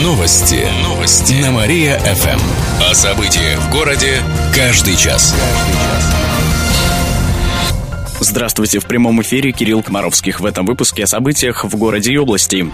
Новости на Мария-ФМ. О событиях в городе каждый час. Здравствуйте, в прямом эфире Кирилл Комаровских. В этом выпуске о событиях в городе и области.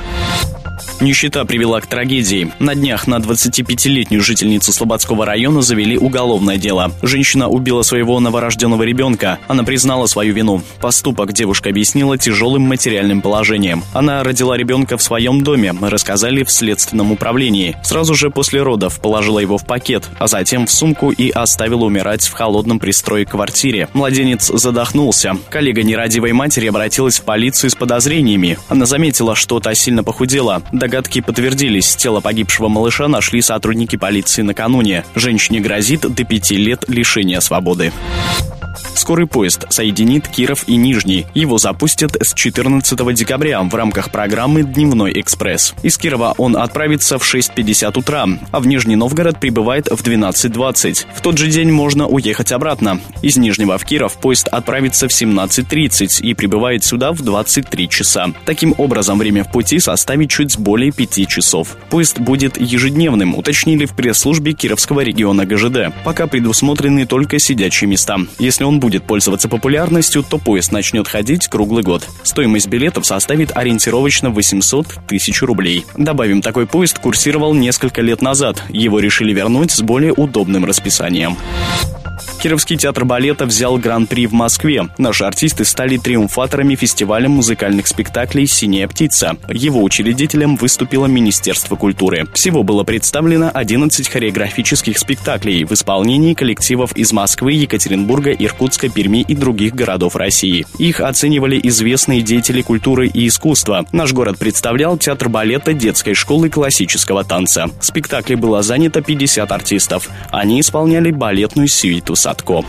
Нищета привела к трагедии. На днях на 25-летнюю жительницу Слободского района завели уголовное дело. Женщина убила своего новорожденного ребенка. Она признала свою вину. Поступок девушка объяснила тяжелым материальным положением. Она родила ребенка в своем доме, рассказали в следственном управлении. Сразу же после родов положила его в пакет, а затем в сумку и оставила умирать в холодном пристрое квартире. Младенец задохнулся. Коллега нерадивой матери обратилась в полицию с подозрениями. Она заметила, что та сильно похудела. Догадки подтвердились. Тело погибшего малыша нашли сотрудники полиции накануне. Женщине грозит до 5 лет лишения свободы. Скорый поезд соединит Киров и Нижний. Его запустят с 14 декабря в рамках программы «Дневной экспресс». Из Кирова он отправится в 6:50 утра, а в Нижний Новгород прибывает в 12:20. В тот же день можно уехать обратно. Из Нижнего в Киров поезд отправится в 17:30 и прибывает сюда в 23 часа. Таким образом, время в пути составит чуть более 5 часов. Поезд будет ежедневным, уточнили в пресс-службе Кировского региона ГЖД. Пока предусмотрены только сидячие места. Если он будет пользоваться популярностью, то поезд начнет ходить круглый год. Стоимость билетов составит ориентировочно 800 тысяч рублей. Добавим, такой поезд курсировал несколько лет назад. Его решили вернуть с более удобным расписанием. Кировский театр балета взял гран-при в Москве. Наши артисты стали триумфаторами фестиваля музыкальных спектаклей «Синяя птица». Его учредителем выступило Министерство культуры. Всего было представлено 11 хореографических спектаклей в исполнении коллективов из Москвы, Екатеринбурга, Иркутска, Перми и других городов России. Их оценивали известные деятели культуры и искусства. Наш город представлял театр балета детской школы классического танца. В спектакле было занято 50 артистов. Они исполняли балетную сюиту Садко.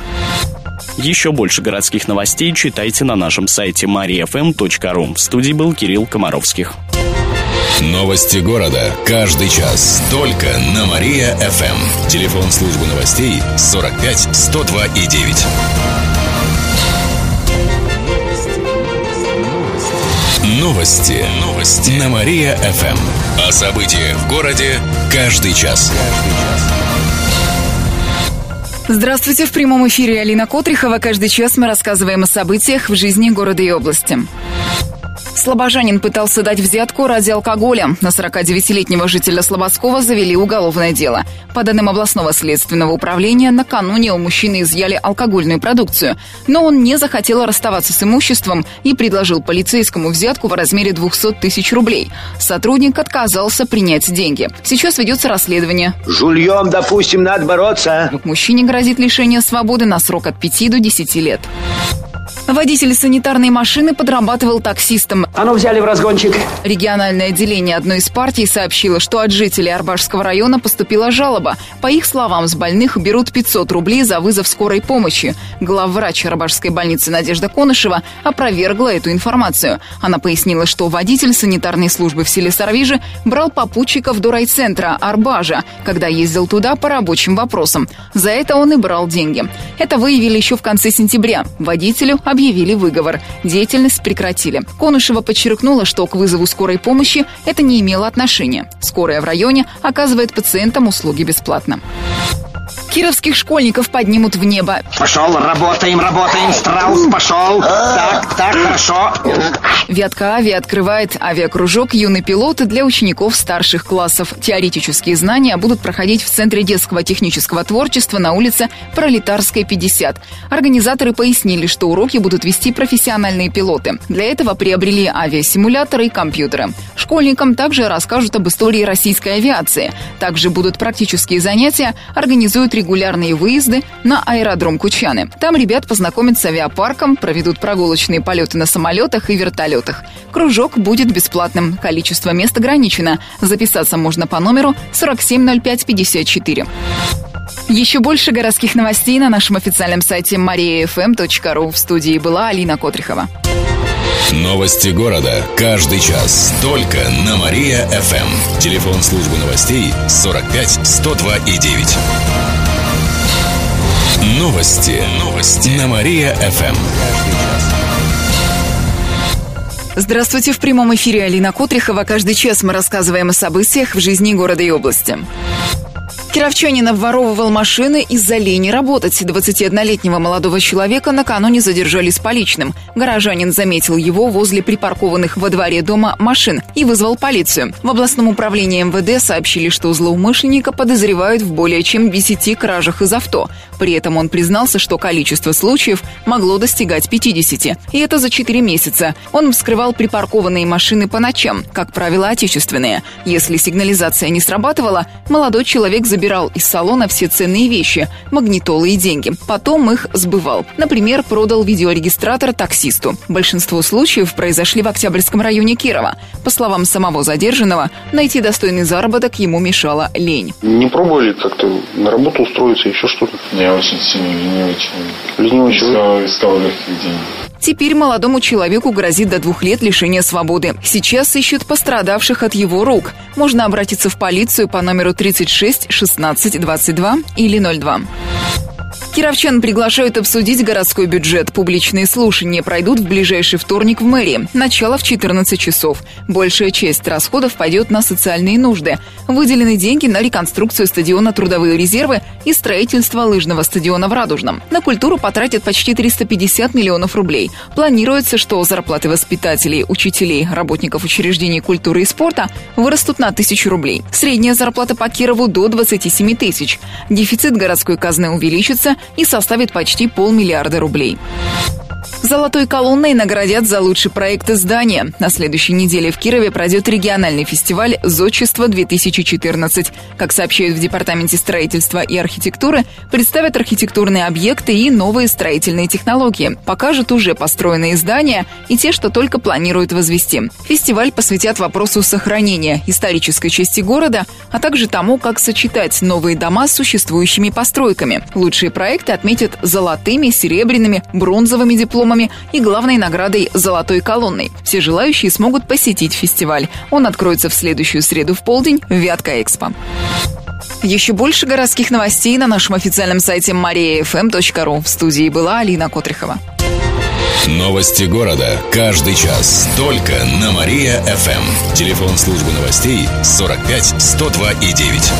Еще больше городских новостей читайте на нашем сайте mariafm.ru. В студии был Кирилл Комаровских. Новости города каждый час. Только на Мария-ФМ. Телефон службы новостей 45 102 и 9. Новости на Мария-ФМ. О событиях в городе каждый час. Здравствуйте, в прямом эфире Алина Котрихова. Каждый час мы рассказываем о событиях в жизни города и области. Слобожанин пытался дать взятку ради алкоголя. На 49-летнего жителя Слободского завели уголовное дело. По данным областного следственного управления, накануне у мужчины изъяли алкогольную продукцию. Но он не захотел расставаться с имуществом и предложил полицейскому взятку в размере 200 тысяч рублей. Сотрудник отказался принять деньги. Сейчас ведется расследование. Жульем, допустим, надо бороться. Мужчине грозит лишение свободы на срок от 5 до 10 лет. Водитель санитарной машины подрабатывал таксистом. А ну, взяли в разгончик. Региональное отделение одной из партий сообщило, что от жителей Арбажского района поступила жалоба. По их словам, с больных берут 500 рублей за вызов скорой помощи. Главврач Арбажской больницы Надежда Конышева опровергла эту информацию. Она пояснила, что водитель санитарной службы в селе Сарвижи брал попутчиков до райцентра Арбажа, когда ездил туда по рабочим вопросам. За это он и брал деньги. Это выявили еще в конце сентября. Водителю объявили выговор. Деятельность прекратили. Конышева подчеркнула, что к вызову скорой помощи это не имело отношения. Скорая в районе оказывает пациентам услуги бесплатно. Кировских школьников поднимут в небо. Пошел, работаем, Страус, пошел. Так, хорошо. Вятка Авиа открывает авиакружок «Юный пилот» для учеников старших классов. Теоретические знания будут проходить в Центре детского технического творчества на улице Пролетарская, 50. Организаторы пояснили, что уроки будут вести профессиональные пилоты. Для этого приобрели авиасимуляторы и компьютеры. Школьникам также расскажут об истории российской авиации. Также будут практические занятия, организуют регулярные выезды на аэродром Кучаны. Там ребят познакомят с авиапарком, проведут прогулочные полеты на самолетах и вертолетах. Кружок будет бесплатным. Количество мест ограничено. Записаться можно по номеру 470554. Еще больше городских новостей на нашем официальном сайте mariafm.ru. В студии была Алина Котрихова. Новости города каждый час. Только на Мария-ФМ. Телефон службы новостей 45 102 и 9. Новости на Мария-ФМ. Здравствуйте, в прямом эфире Алина Котрихова. Каждый час мы рассказываем о событиях в жизни города и области. Кировчанин обворовывал машины из-за лени работать. 21-летнего молодого человека накануне задержали с поличным. Горожанин заметил его возле припаркованных во дворе дома машин и вызвал полицию. В областном управлении МВД сообщили, что злоумышленника подозревают в более чем 10 кражах из авто. При этом он признался, что количество случаев могло достигать 50. И это за 4 месяца. Он вскрывал припаркованные машины по ночам, как правило, отечественные. Если сигнализация не срабатывала, молодой человек забирал из салона все ценные вещи, магнитолы и деньги. Потом их сбывал. Например, продал видеорегистратор таксисту. Большинство случаев произошли в Октябрьском районе Кирова. По словам самого задержанного, найти достойный заработок ему мешала лень. Не пробовали как-то на работу устроиться, еще что-то? Я очень сильно ленивый человек. Ленивый человек? Искал легких денег. Теперь молодому человеку грозит до 2 лет лишения свободы. Сейчас ищут пострадавших от его рук. Можно обратиться в полицию по номеру 36 16 22 или 02. Кировчан приглашают обсудить городской бюджет. Публичные слушания пройдут в ближайший вторник в мэрии. Начало в 14 часов. Большая часть расходов пойдет на социальные нужды. Выделены деньги на реконструкцию стадиона «Трудовые резервы» и строительство лыжного стадиона в Радужном. На культуру потратят почти 350 миллионов рублей. Планируется, что зарплаты воспитателей, учителей, работников учреждений культуры и спорта вырастут на 1000 рублей. Средняя зарплата по Кирову до 27 тысяч. Дефицит городской казны увеличится и составит почти 500 миллиарда рублей. Золотой колонной наградят за лучший проект издания. На следующей неделе в Кирове пройдет региональный фестиваль «Зодчество-2014». Как сообщают в Департаменте строительства и архитектуры, представят архитектурные объекты и новые строительные технологии. Покажут уже построенные здания и те, что только планируют возвести. Фестиваль посвятят вопросу сохранения исторической части города, а также тому, как сочетать новые дома с существующими постройками. Лучшие проекты отметят золотыми, серебряными, бронзовыми дипломами и главной наградой «Золотой колонной». Все желающие смогут посетить фестиваль. Он откроется в следующую среду в полдень в Вятка-Экспо. Еще больше городских новостей на нашем официальном сайте mariafm.ru. В студии была Алина Котрихова. Новости города. Каждый час. Только на Мария-ФМ. Телефон службы новостей 45 102 и 9.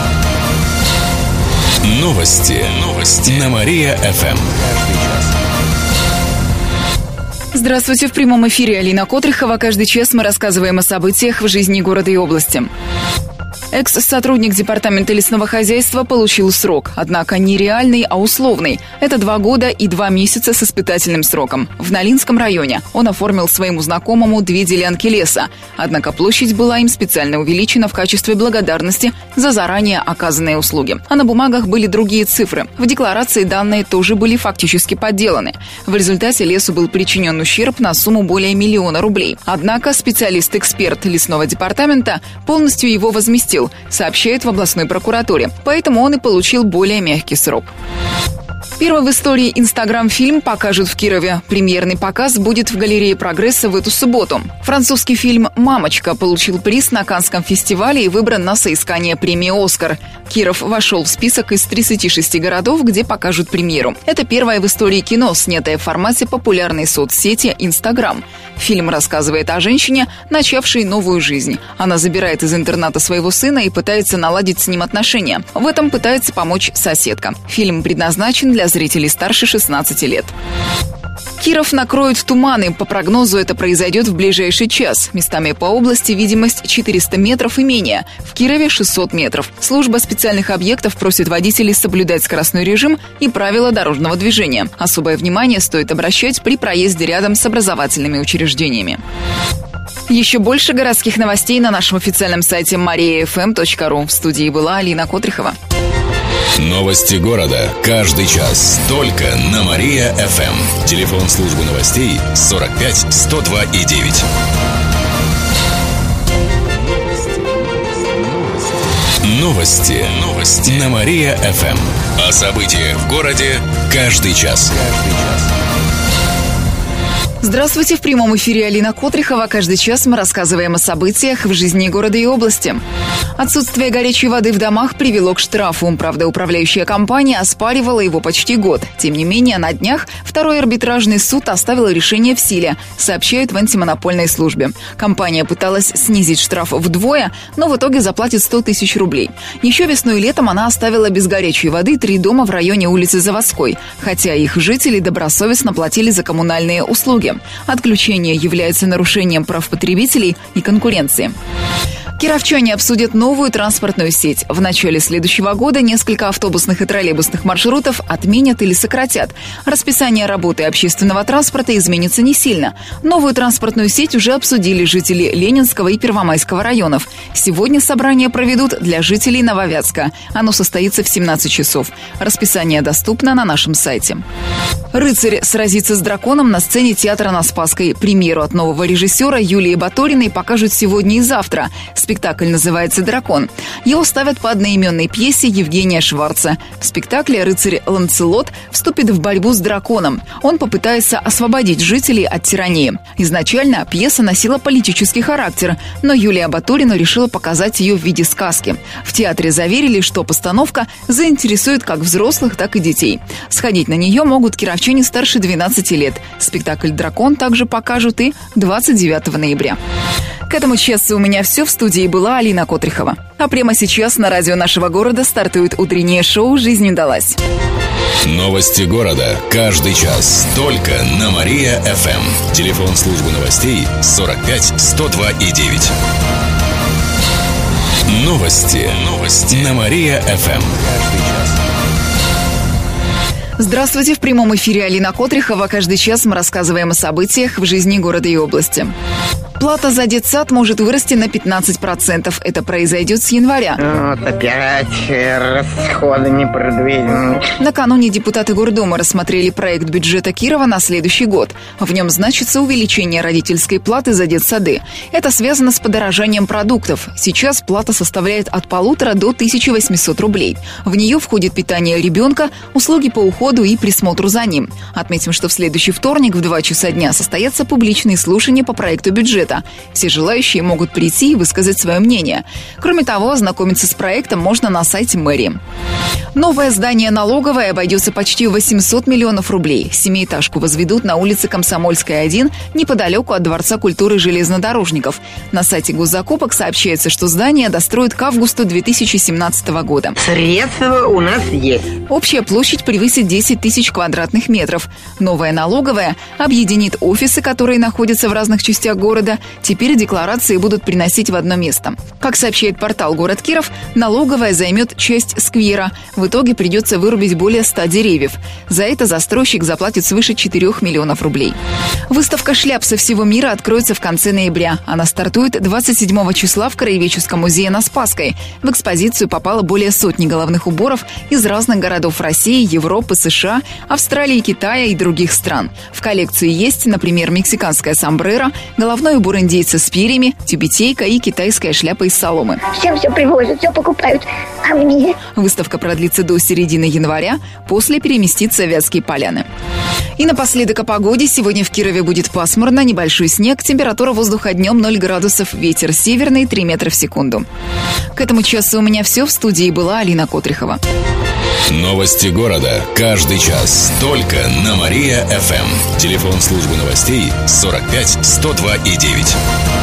Новости на Мария-ФМ. Здравствуйте, в прямом эфире Алина Котрихова. Каждый час мы рассказываем о событиях в жизни города и области. Экс-сотрудник Департамента лесного хозяйства получил срок, однако не реальный, а условный. Это 2 года и 2 месяца с испытательным сроком. В Налинском районе он оформил своему знакомому 2 делянки леса. Однако площадь была им специально увеличена в качестве благодарности за заранее оказанные услуги. А на бумагах были другие цифры. В декларации данные тоже были фактически подделаны. В результате лесу был причинен ущерб на сумму более 1 000 000 рублей. Однако специалист-эксперт лесного департамента полностью его возместил, сообщает в областной прокуратуре. Поэтому он и получил более мягкий срок. Первый в истории Инстаграм-фильм покажут в Кирове. Премьерный показ будет в галерее «Прогресса» в эту субботу. Французский фильм «Мамочка» получил приз на Каннском фестивале и выбран на соискание премии «Оскар». Киров вошел в список из 36 городов, где покажут премьеру. Это первое в истории кино, снятое в формате популярной соцсети Инстаграм. Фильм рассказывает о женщине, начавшей новую жизнь. Она забирает из интерната своего сына и пытается наладить с ним отношения. В этом пытается помочь соседка. Фильм предназначен для зрителей старше 16 лет. Киров накроют туманы. По прогнозу это произойдет в ближайший час. Местами по области видимость 400 метров и менее. В Кирове 600 метров. Служба специальных объектов просит водителей соблюдать скоростной режим и правила дорожного движения. Особое внимание стоит обращать при проезде рядом с образовательными учреждениями. Еще больше городских новостей на нашем официальном сайте mariafm.ru. В студии была Алина Котрихова. Новости города. Каждый час. Только на Мария-ФМ. Телефон службы новостей 45 102 и 9. Новости на Мария-ФМ. О событиях в городе каждый час. Здравствуйте, в прямом эфире Алина Котрихова. Каждый час мы рассказываем о событиях в жизни города и области. Отсутствие горячей воды в домах привело к штрафу. Правда, управляющая компания оспаривала его почти год. Тем не менее, на днях второй арбитражный суд оставил решение в силе, сообщают в антимонопольной службе. Компания пыталась снизить штраф вдвое, но в итоге заплатит 100 тысяч рублей. Еще весной и летом она оставила без горячей воды 3 дома в районе улицы Заводской, хотя их жители добросовестно платили за коммунальные услуги. Отключение является нарушением прав потребителей и конкуренции. Кировчане обсудят новую транспортную сеть. В начале следующего года несколько автобусных и троллейбусных маршрутов отменят или сократят. Расписание работы общественного транспорта изменится не сильно. Новую транспортную сеть уже обсудили жители Ленинского и Первомайского районов. Сегодня собрание проведут для жителей Нововятска. Оно состоится в 17 часов. Расписание доступно на нашем сайте. «Рыцарь» сразится с драконом на сцене театра на Спасской. Премьеру от нового режиссера Юлии Баториной покажут сегодня и завтра. Спектакль называется «Дракон». Его ставят по одноименной пьесе Евгения Шварца. В спектакле рыцарь Ланцелот вступит в борьбу с драконом. Он попытается освободить жителей от тирании. Изначально пьеса носила политический характер, но Юлия Баторина решила показать ее в виде сказки. В театре заверили, что постановка заинтересует как взрослых, так и детей. Сходить на нее могут кировчане старше 12 лет. Спектакль «Дракон» также покажут и 29 ноября. К этому часу у меня все. В студии была Алина Котрихова. А прямо сейчас на радио нашего города стартует утреннее шоу «Жизнь удалась». Новости города. Каждый час. Только на Мария-ФМ. Телефон службы новостей 45 102 и 9. Новости на Мария-ФМ. Здравствуйте, в прямом эфире Алина Котрихова. Каждый час мы рассказываем о событиях в жизни города и области. Плата за детсад может вырасти на 15%. Это произойдет с января. Вот опять расходы не продвинут. Накануне депутаты Гордума рассмотрели проект бюджета Кирова на следующий год. В нем значится увеличение родительской платы за детсады. Это связано с подорожанием продуктов. Сейчас плата составляет от 1500 до 1800 рублей. В нее входит питание ребенка, услуги по уходу и присмотру за ним. Отметим, что в следующий вторник в 2 часа дня состоятся публичные слушания по проекту бюджета. Все желающие могут прийти и высказать свое мнение. Кроме того, ознакомиться с проектом можно на сайте мэрии. Новое здание налоговой обойдется почти в 800 миллионов рублей. Семиэтажку возведут на улице Комсомольская, 1, неподалеку от Дворца культуры железнодорожников. На сайте госзакупок сообщается, что здание достроят к августу 2017 года. Средства у нас есть. Общая площадь превысит 10 тысяч квадратных метров. Новая налоговая объединит офисы, которые находятся в разных частях города. Теперь декларации будут приносить в одно место. Как сообщает портал «Город Киров», налоговая займет часть сквера. В итоге придется вырубить более 100 деревьев. За это застройщик заплатит свыше 4 миллионов рублей. Выставка шляп со всего мира откроется в конце ноября. Она стартует 27 числа в Краеведческом музее на Спасской. В экспозицию попало более сотни головных уборов из разных городов России, Европы, США, Австралии, Китая и других стран. В коллекции есть, например, мексиканская сомбреро, головной убор индейца с перьями, тюбетейка и китайская шляпа из соломы. Всем все привозят, все покупают, а мне? Выставка продлится до середины января, после переместится в Вятские Поляны. И напоследок о погоде. Сегодня в Кирове будет пасмурно, небольшой снег, температура воздуха днем 0 градусов, ветер северный 3 метра в секунду. К этому часу у меня все. В студии была Алина Котрихова. Новости города. Каждый час. Только на Мария-ФМ. Телефон службы новостей 45 102 и 9.